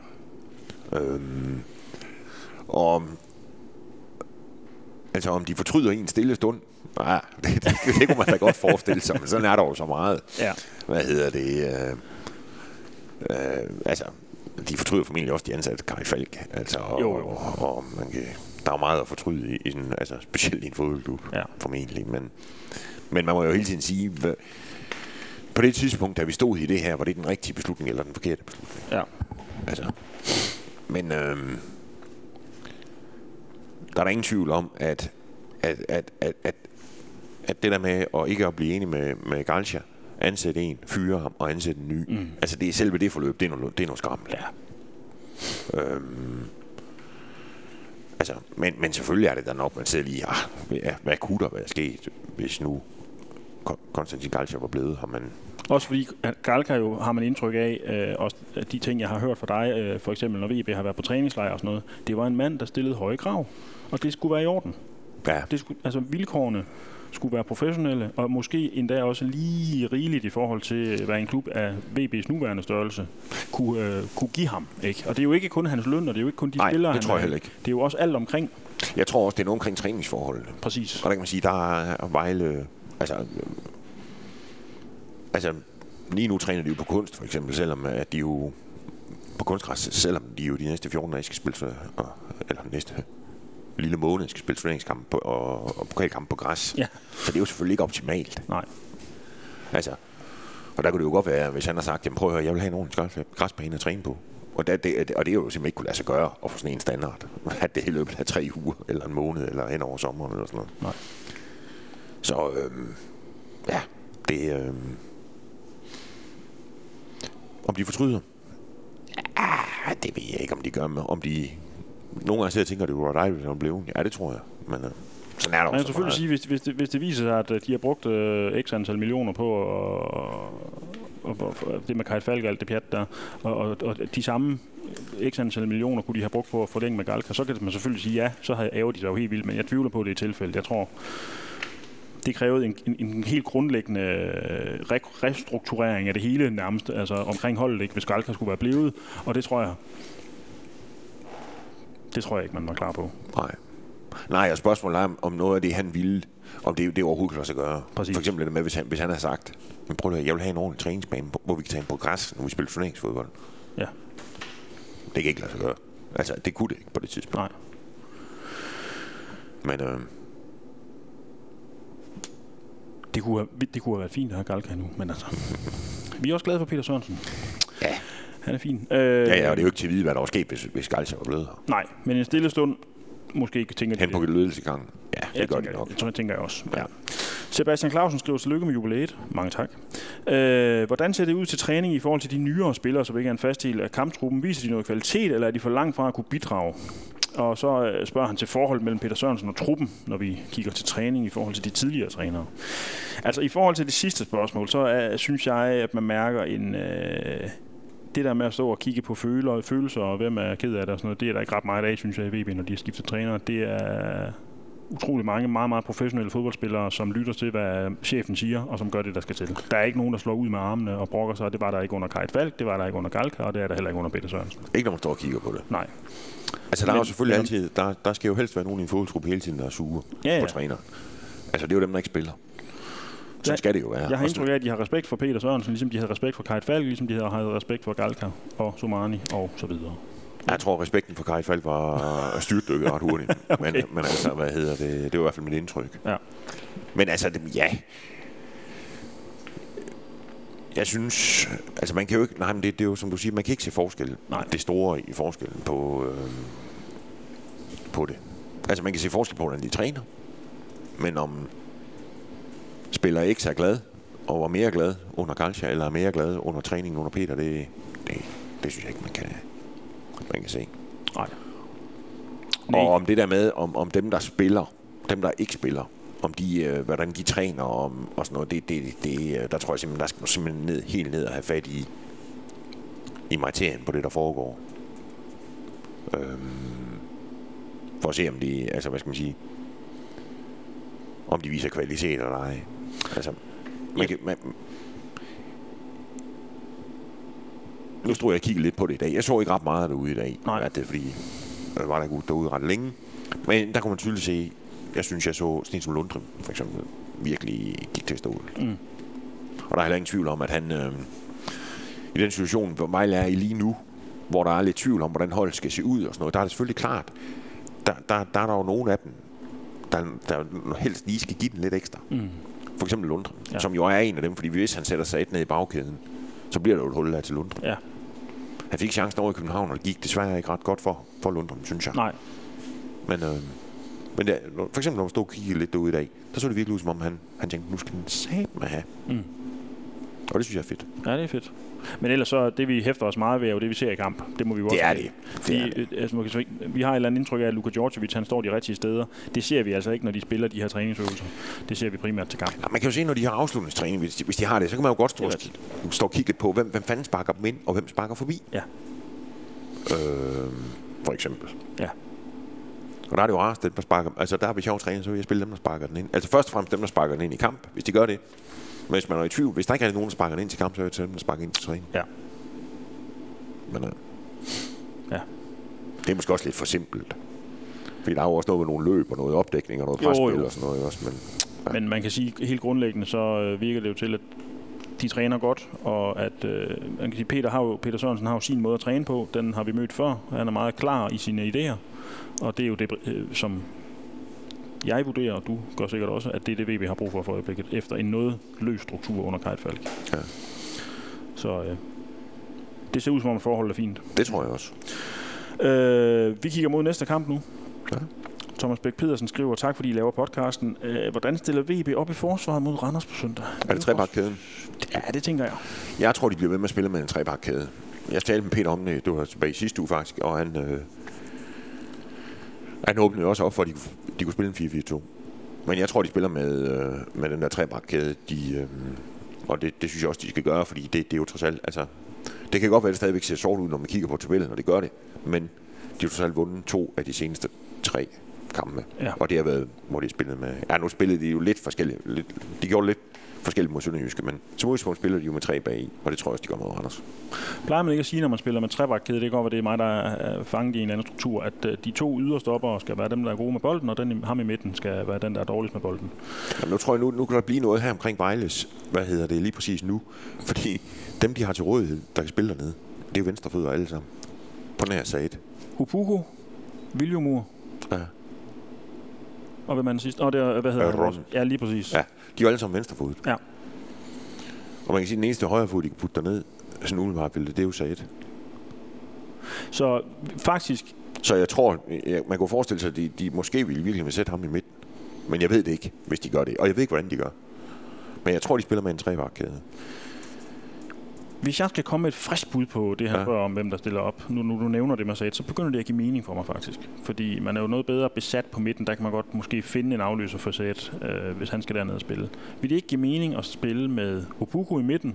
Om de fortryder i en stille stund, det kunne man da godt forestille sig, men sådan er der jo så meget. Ja. Hvad hedder det? Altså, de fortryder formentlig også de ansatte Kai Falk. Altså, og man kan, der er jo meget at fortryde i sådan, altså, specielt i en fodboldklub, formentlig. Men man må jo hele tiden sige, på det tidspunkt, da vi stod i det her, var det den rigtige beslutning eller den forkerte beslutning? Ja. Altså, men der er der ingen tvivl om, at det der med at ikke at blive enig med Galcia, ansætte en, fyre ham og ansætte en ny. Altså det er selve det forløb, det er noget skrammel. Ja. Altså, men selvfølgelig er det da nok, man sidder lige, hvad kunne der være sket, hvis nu Konstantin Galcia var blevet, har man... Også fordi Galca jo har man indtryk af, også de ting, jeg har hørt fra dig, for eksempel når VB har været på træningslejr og sådan noget, det var en mand, der stillede høje krav, og det skulle være i orden. Ja. Det skulle, altså vilkårene skulle være professionelle, og måske endda også lige rigeligt i forhold til, hvad en klub af VB's nuværende størrelse kunne give ham. Ikke? Og det er jo ikke kun hans løn, og det er jo ikke kun de spillere, det tror jeg heller ikke. Det er jo også alt omkring. Jeg tror også, det er noget omkring træningsforholdene. Præcis. Og der kan man sige, der er Vejle... Altså, lige nu træner de jo på kunst, for eksempel, selvom at de jo på kunstgræs, selvom de jo de næste 14 dage skal spille, eller næste lille måned skal spille turneringskamp og pokalkamp på græs. Ja. Så det er jo selvfølgelig ikke optimalt. Nej. Altså, og der kunne det jo godt være, hvis han har sagt, jamen prøv at høre, jeg vil have en ordentlig græsbane at træne på. Og det er jo simpelthen ikke kunne lade sig gøre at få sådan en standard. At det i løbet af 3 uger, eller en måned, eller hen over sommeren, eller sådan noget. Nej. Så, ja, det... Om de fortryder? Det ved jeg ikke, om de gør. Om de... Nogle gange sidder og tænker, at det var dejligt, hvis han blev. Ja, det tror jeg. Men sådan er det også. Man kan selvfølgelig sige, hvis det viser sig, at de har brugt x antal millioner på og det med Kai Falk og alt det pjat der, og de samme x antal millioner kunne de have brugt på at forlænge med Galca, så kan man selvfølgelig sige, ja, så ærger de sig jo helt vildt, men jeg tvivler på, at det er tilfældet. Jeg tror, det krævede en helt grundlæggende restrukturering af det hele nærmest, altså omkring holdet, ikke, hvis Galca skulle være blevet, og det tror jeg ikke, man var klar på. Nej, og spørgsmålet er, om noget af det, han ville, om det overhovedet kan lade sig gøre. Præcis. For eksempel det med, hvis han har sagt, men prøv at høre, jeg vil have en ordentlig træningsbane, hvor vi kan tage på græs, når vi spiller turneringsfodbold. Ja. Det kan ikke lade sig gøre. Altså, det kunne det ikke på det tidspunkt. Nej. Men det kunne have været fint at have Galca nu, men altså... Vi er også glade for Peter Sørensen. Ja. Han er fin. Og det er jo ikke til at vide, hvad der var sket, hvis Galcia var blevet her. Nej, men en stille stund måske tænker hen på ledelsegangen. Ja, det gør det nok. Det tænker jeg også. Ja. Sebastian Clausen skriver tillykke med jubilæet. Mange tak. Hvordan ser det ud til træning i forhold til de nyere spillere, som ikke er en fast del af kamptruppen? Viser de noget kvalitet, eller er de for langt fra at kunne bidrage? Og så spørger han til forholdet mellem Peter Sørensen og truppen, når vi kigger til træning i forhold til de tidligere trænere. Altså i forhold til det sidste spørgsmål, så synes jeg, at man mærker det der med at stå og kigge på følelser og hvem er ked af det og sådan noget, det er der ikke ret meget af, synes jeg, i VB, når de har skiftet træner. Det er utrolig mange meget, meget professionelle fodboldspillere, som lytter til, hvad chefen siger, og som gør det, der skal til. Der er ikke nogen, der slår ud med armene og brokker sig. Det var der ikke under Kai Falk, det var der ikke under Galca, og det er der heller ikke under Peter Sørensen. Ikke når man står og kigger på det? Nej. Altså der er jo selvfølgelig altid, der skal jo helst være nogen i en fodboldgruppe hele tiden, der er sure på træner. Altså det er jo dem, der ikke spiller. Så skal det jo være. Jeg har indtryk af, at de har respekt for Peter Sørensen, ligesom de havde respekt for Kai Falk, ligesom de havde respekt for Galca og Somani og så videre. Jeg tror, respekten for Kai Falk var styrtdykket ret hurtigt. Okay. Men altså, hvad hedder det? Det var i hvert fald mit indtryk. Ja. Men altså, jeg synes, altså man kan jo ikke, nej, men det er jo som du siger, man kan ikke se forskel. Nej. Det store i forskellen på det. Altså man kan se forskel på, hvordan de træner. Men om spiller X er glad, og var mere glad under Galcia, eller er mere glad under træningen under Peter, det synes jeg ikke, man kan se. Nej. Og om det der med, om dem, der spiller, dem, der ikke spiller, om de, hvordan de træner og sådan noget, der tror jeg simpelthen, der skal simpelthen helt ned og have fat i materien på det, der foregår. For at se, om de, altså hvad skal man sige, om de viser kvalitet eller ej. Altså, nu tror jeg at kigge lidt på det i dag. Jeg så ikke ret meget derude i dag. Nej. At det er fordi, jeg var der derude ret længe. Men der kunne man tydeligt se, jeg synes, jeg så sådan en som Lundgren, for eksempel, virkelig gik til stålet. Og der er heller ingen tvivl om, at han i den situation, hvor Vejle er i lige nu, hvor der er lidt tvivl om, hvordan holdet skal se ud og sådan noget, der er det selvfølgelig klart, der er jo nogle af dem, der helst lige skal give den lidt ekstra. For eksempel Lundren, som jo er en af dem, fordi hvis han sætter sig et ned i bagkæden, så bliver der jo et hul der til Lundren. Ja. Han fik chancen over i København, og det gik desværre ikke ret godt for Lundren, synes jeg. Nej. Men ja, for eksempel når man stod og kiggede lidt derude i dag, så det virkelig ud, som om han tænkte, nu skal den satme have. Og det synes jeg er fedt. Ja, det er fedt. Men ellers så, det vi hæfter os meget ved, er jo det, vi ser i kamp. Det må vi jo også have. Det er altså, vi har et eller andet indtryk af, at Luka Djordjevic, han står de rigtige steder. Det ser vi altså ikke, når de spiller de her træningsøvelser. Det ser vi primært til kamp. Ja, man kan jo se, når de har afslutningstræning, hvis de har det, så kan man jo godt stå og kigge på, hvem fanden sparker dem ind, og hvem sparker forbi. Ja. For eksempel. Ja. Og der er det jo rarest, dem der sparker. Altså der har vi sjov træning, så vil jeg spille dem, der sparker den ind. Altså først og fremmest dem, der sparker den ind i kamp, hvis de gør det. Men hvis man er i tvivl, hvis der ikke er nogen, der sparker den ind til kamp, så er det til dem, der sparker ind til træning. Ja. Men ja. Det er måske også lidt for simpelt. Fordi der er jo også noget med nogle løb og noget opdækning og noget presspil og sådan noget også. Men man kan sige, helt grundlæggende, så virker det jo til, at de træner godt, og at man kan sige, Peter Sørensen har jo sin måde at træne på. Den har vi mødt før. Han er meget klar i sine idéer, og det er jo det, som jeg vurderer, og du gør sikkert også, at det er det, VB har brug for øjeblikket, efter en noget løs struktur under Kajt Falk. Ja. Så det ser ud som om forholdet er fint. Det tror jeg også. Vi kigger mod næste kamp nu. Ja. Thomas Bæk Pedersen skriver, tak fordi I laver podcasten. Hvordan stiller VB op i forsvaret mod Randers på søndag? Er det trebakkæden? Ja, det tænker jeg. Jeg tror, de bliver ved med at spille med en trebakkæde. Jeg talte med Peter om det, var tilbage i sidste uge faktisk, og han åbnede også op for, at de kunne spille en 4-4-2. Men jeg tror, de spiller med den der trebakkæde, og det synes jeg også, de skal gøre, fordi det er jo trods alt, altså, det kan godt være, at det stadigvæk ser sort ud, når man kigger på tabellen, og det gør det, men de har trods alt vundet 2 af de seneste 3 kampe, og det har været, hvor de spillede med, nu spillede de jo lidt forskelligt, de gjorde lidt forskelligt mod Sønderjyske, men som udgangspunkt spiller de jo med 3 bagi, og det tror jeg også, de gør mod Randers. Plejer man ikke at sige, når man spiller med trebakkæde, det kan godt være, det er mig, der er fanget i en anden struktur, at de 2 yderstoppere skal være dem, der er gode med bolden, og ham i midten skal være den, der er dårligst med bolden. Jamen, nu tror jeg, nu kan der blive noget her omkring Vejles, lige præcis nu, fordi dem, de har til rådighed, der kan spille dernede, det er jo venstrefødder alle sammen, på nær sat. Upuku, Viljumur. Ja. Og hvad man sidst? Det er, hvad hedder det? Ja, lige præcis. Ja, de er jo alle sammen venstrefodet. Ja. Og man kan sige, at den eneste højrefod, de kan putte derned, sådan umiddelbart vil det er jo sat. Så faktisk... Så jeg tror, man kunne forestille sig, at de måske ville virkelig sætte ham i midten. Men jeg ved det ikke, hvis de gør det. Og jeg ved ikke, hvordan de gør. Men jeg tror, de spiller med en trebakkæde. Hvis jeg skal komme med et frisk bud på det her om, hvem der stiller op, nu du nævner det, Masad, så begynder det at give mening for mig faktisk. Fordi man er jo noget bedre besat på midten, der kan man godt måske finde en afløser for Sæt, hvis han skal dernede og spille. Vil det ikke give mening at spille med Upuku i midten,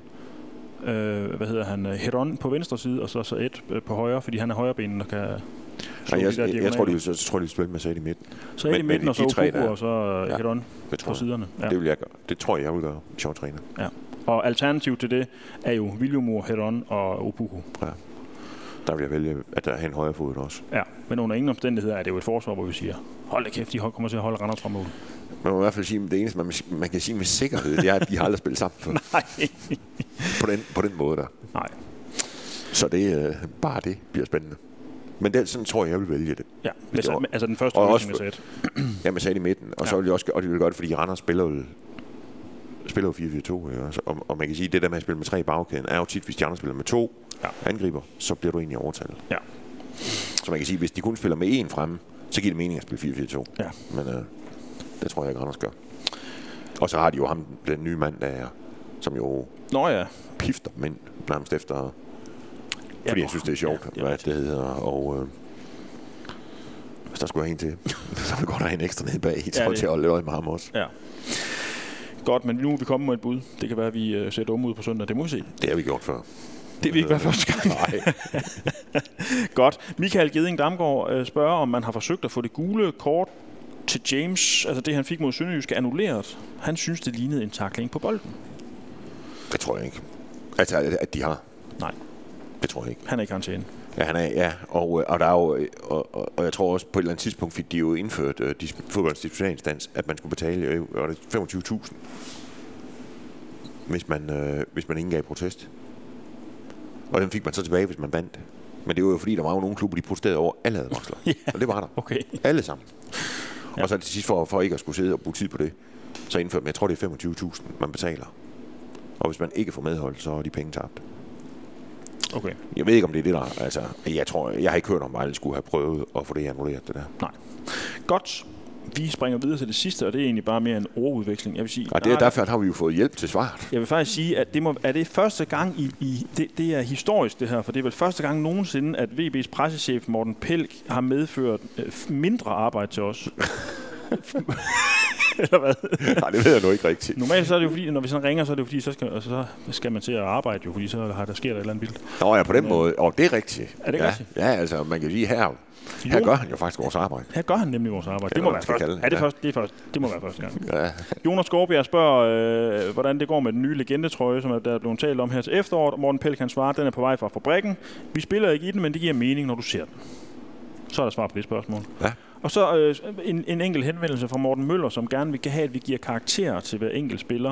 Heron på venstre side, og så Sæt på højre, fordi han er højrebenen, der kan... Jeg tror, de spiller med Sæt i midten. Så i midten, og så Upuku, og så Heron på siderne. Ja. Det vil jeg gøre. Det tror jeg vil gøre, sjov træner. Ja. Og alternativ til det er jo Viljumur, Heron og Upuku. Ja. Der vil jeg vælge, at der er en højre fod også. Ja, men under ingen omstændigheder er det jo et forsvar, hvor vi siger, hold da kæft, de kommer til at holde Randers fra mål. Man må i hvert fald sige, at det eneste, man kan sige med sikkerhed, det er, at de har aldrig spillet sammen før. Nej. På den måde der. Nej. Så det bare det bliver spændende. Men sådan tror jeg vil vælge det. Ja, altså den første løsning med Sæt. Ja, med Sæt i midten. Og så vil de også, og de vil gøre det, fordi Randers spiller 4-4-2, og man kan sige, at det der med at spille med 3 i bagkæden, er jo tit, hvis de andre spiller med 2 angriber, så bliver du egentlig overtaget. Ja. Så man kan sige, at hvis de kun spiller med 1 fremme, så giver det mening at spille 4-4-2. Ja. Men det tror jeg ikke, Randers gør. Og så har de jo ham, den nye mand, der er, som jo pifter mænd nærmest efter, fordi jeg synes, det er sjovt, hvad det hedder, og hvis der skulle være en til, så vil godt have en ekstra ned bag, til at holde øje med ham også. Ja. Godt, men nu er vi kommet med et bud. Det kan være, at vi ser dumme ud på søndag. Det må vi se. Det har vi gjort før. Det vil ikke være første gang. Nej. Godt. Michael Geding Damgaard spørger, om man har forsøgt at få det gule kort til James, altså det han fik mod Sønderjyske, annulleret. Han synes, det lignede en tackling på bolden. Det tror jeg ikke. Altså, at de har. Nej. Det tror jeg ikke. Han er i karantæne. Ja, han er, og der er jo, og jeg tror også på et eller andet tidspunkt fik de jo indført fodboldens disciplinærinstans, at man skulle betale 25.000, hvis man ikke gav protest. Og den fik man så tilbage, hvis man vandt. Men det var jo fordi, der var jo nogle klubber, de protesterede over alle advarsler. Ja. Og det var der. Okay. Alle sammen. Ja. Og så til sidst, for ikke at skulle sidde og bruge tid på det, så indførte man, jeg tror det er 25.000, man betaler. Og hvis man ikke får medhold, så er de penge tabt. Okay. Jeg ved ikke, om det er det, der... Altså, jeg har ikke hørt om, at Vejle skulle have prøvet at få det annulleret, det der. Nej. Godt. Vi springer videre til det sidste, og det er egentlig bare mere en ordudveksling. Jeg vil sige, og det er derfor, at har vi jo fået hjælp til svaret. Jeg vil faktisk sige, at er det første gang det er historisk det her, for det er vel første gang nogensinde, at VB's pressechef Morten Pelk har medført mindre arbejde til os. Eller hvad? Nej, det ved jeg nu ikke rigtigt. Normalt så er det jo fordi, når vi sådan ringer, så er det jo fordi, så skal man til at arbejde jo, fordi så sker der et eller andet vildt. Nå ja, på den måde. Og det er rigtigt. Er det rigtigt? Ja, altså man kan sige, her gør han jo faktisk vores arbejde. Her gør han nemlig vores arbejde. Det må være første. Det må være første gang. Ja. Jonas Skovbjerg spørger, hvordan det går med den nye legendetrøje, som der er blevet talt om her til efteråret. Morten Pelk kan svare, den er på vej fra fabrikken. Vi spiller ikke i den, men det giver mening, når du ser den. Så er der svar på det spørgsmål. Ja. Og så en enkelt henvendelse fra Morten Møller, som gerne vil have, at vi giver karakterer til hver enkelt spiller.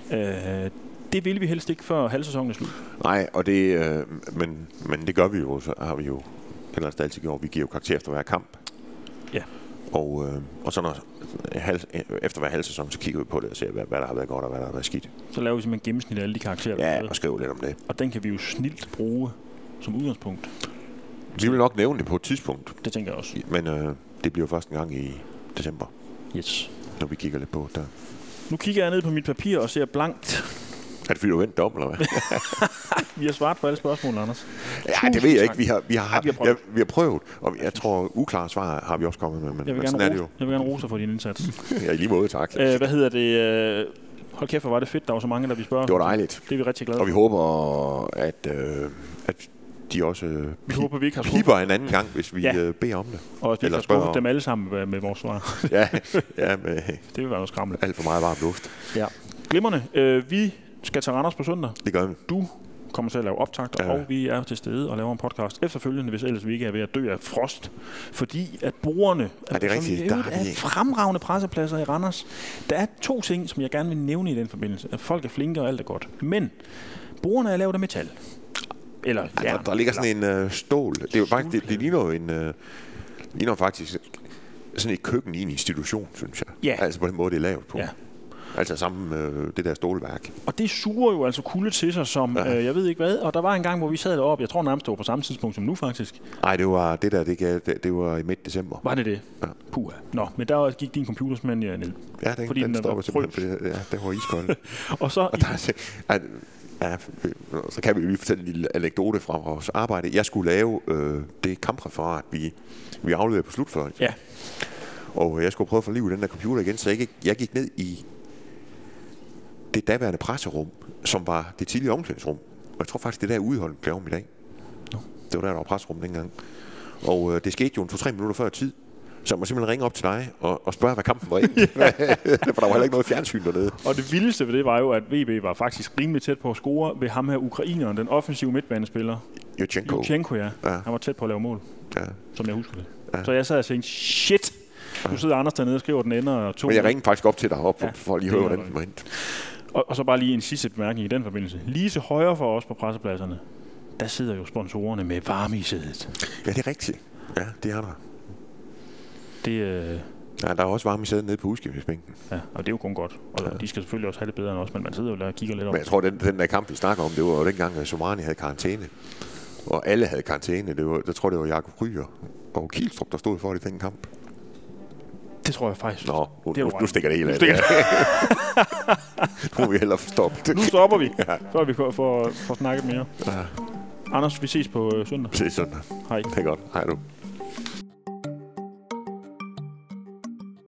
Det vil vi helst ikke, før halvsæsonen er slut. Nej, og det, men det gør vi jo, så har vi jo ellers altid gjort. Vi giver jo karakter efter hver kamp. Ja. Og så når efter hver halvsæson, så kigger vi på det og ser, hvad der har været godt og hvad der har været skidt. Så laver vi simpelthen gennemsnit af alle de karakterer. Ja, og skriver lidt om det. Og den kan vi jo snilt bruge som udgangspunkt. Vi vil nok nævne det på et tidspunkt. Det tænker jeg også. Men det bliver først en gang i december. Yes. Når vi kigger lidt på der. Nu kigger jeg ned på mit papir og ser blankt. Er det fordi, du vendte om, eller hvad? Vi har svaret på alle spørgsmål, Anders. Ja, det ved jeg ikke. Vi har prøvet. Og jeg tror, uklare svar har vi også kommet med. Men jeg vil gerne rose for din indsats. Ja, i lige måde, tak. Hvad hedder det? Hold kæft, hvor var det fedt. Der var så mange, der vi spørger. Det var dejligt. Det er vi rigtig glade for. Og vi håber, at de også håber, vi ikke har piper en anden gang, hvis vi beder om det. Og hvis vi har skuffet dem alle sammen med vores svar. ja med det vil være noget skræmmende. Alt for meget varm luft. Ja. Glimrende. Vi skal til Randers på søndag. Det gør vi. Du kommer til at lave optagter, og vi er til stede og laver en podcast efterfølgende, hvis ellers vi ikke er ved at dø af frost. Fordi at brugerne er fremragende pressepladser i Randers. Der er 2 ting, som jeg gerne vil nævne i den forbindelse. At folk er flinke og alt er godt. Men brugerne er lavet af metal. Eller der ligger sådan en stål. Det er jo faktisk det ligner faktisk sådan et køkken i en institution, synes jeg. Ja. Altså på den måde det er lavet på. Ja. Altså sammen med det der stålværk. Og det suger jo altså kulde til sig som jeg ved ikke hvad. Og der var en gang, hvor vi sad deroppe. Jeg tror nærmest det var på samme tidspunkt som nu faktisk. Nej, det var det der. Det var i midt december. Var det det? Ja. Puha. Nå, men der gik din computer simpelthen ned. Ja, den stopper simpelthen. Det var iskold. Og så så kan vi lige fortælle en lille anekdote fra vores arbejde. Jeg skulle lave det kampreferat, vi afleverede på slutfløjt. Ja. Og jeg skulle prøve at få liv i den der computer igen, så jeg gik ned i det daværende presserum, som var det tidlige omklædningsrum. Og jeg tror faktisk, det der udholdt blev om i dag. Det var der var presserum dengang. Og det skete jo 2-3 minutter før tid. Så jeg må simpelthen ringe op til dig og spørge, hvad kampen var ikke. For der var heller ikke noget fjernsyn dernede. Og det vildeste ved det var jo, at VB var faktisk rimelig tæt på at score ved ham her ukraineren, den offensive midtbanespiller. Jutchenko, ja. Han var tæt på at lave mål, som jeg husker det. Ja. Så jeg sad og tænkte, shit! Nu sidder Anders dernede og skriver, den ender og 2. Men jeg ringede faktisk op til dig for at lige høre, hvordan den var hent. Og så bare lige en sidste bemærkning i den forbindelse. Lige til højre for os på pressepladserne, der sidder jo sponsorerne med varme i sædet. Ja, det er rigtigt. Ja, det er der. Ja, der er også varme i sædet nede på udskiftningsbænken. Ja, og det er jo kun godt. Og de skal selvfølgelig også have det bedre end os, men man sidder jo og kigger lidt om. Men jeg tror, den der kamp, vi snakker om, det var jo dengang, at Somani havde karantæne. Og alle havde karantæne. Jeg tror, det var Jakob Ryger og Kielstrup, der stod for det i den kamp. Det tror jeg faktisk. Nå, nu stikker det hele af. Nu må vi hellere stoppe. Nu stopper vi, før vi får snakket mere. Ja. Anders, vi ses på søndag. Vi ses søndag. Hej. Det er godt. Hej du.